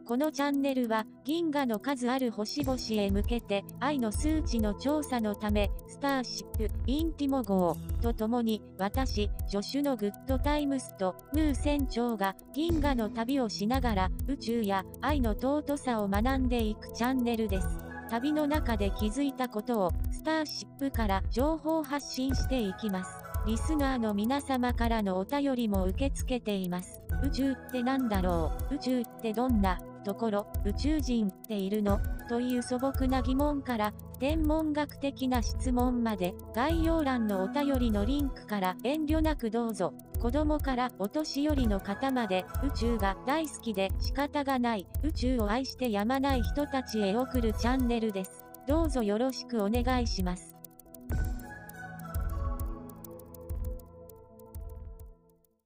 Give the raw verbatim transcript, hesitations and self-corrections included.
このチャンネルは銀河の数ある星々へ向けて愛の数値の調査のためスターシップインティモ号と共に私助手のグッドタイムスとムー船長が銀河の旅をしながら宇宙や愛の尊さを学んでいくチャンネルです。旅の中で気づいたことをスターシップから情報発信していきます。リスナーの皆様からのお便りも受け付けています。宇宙ってなんだろう？宇宙ってどんなところ？宇宙人っているの？という素朴な疑問から天文学的な質問まで概要欄のお便りのリンクから遠慮なくどうぞ。子供からお年寄りの方まで宇宙が大好きで仕方がない宇宙を愛してやまない人たちへ送るチャンネルです。どうぞよろしくお願いします。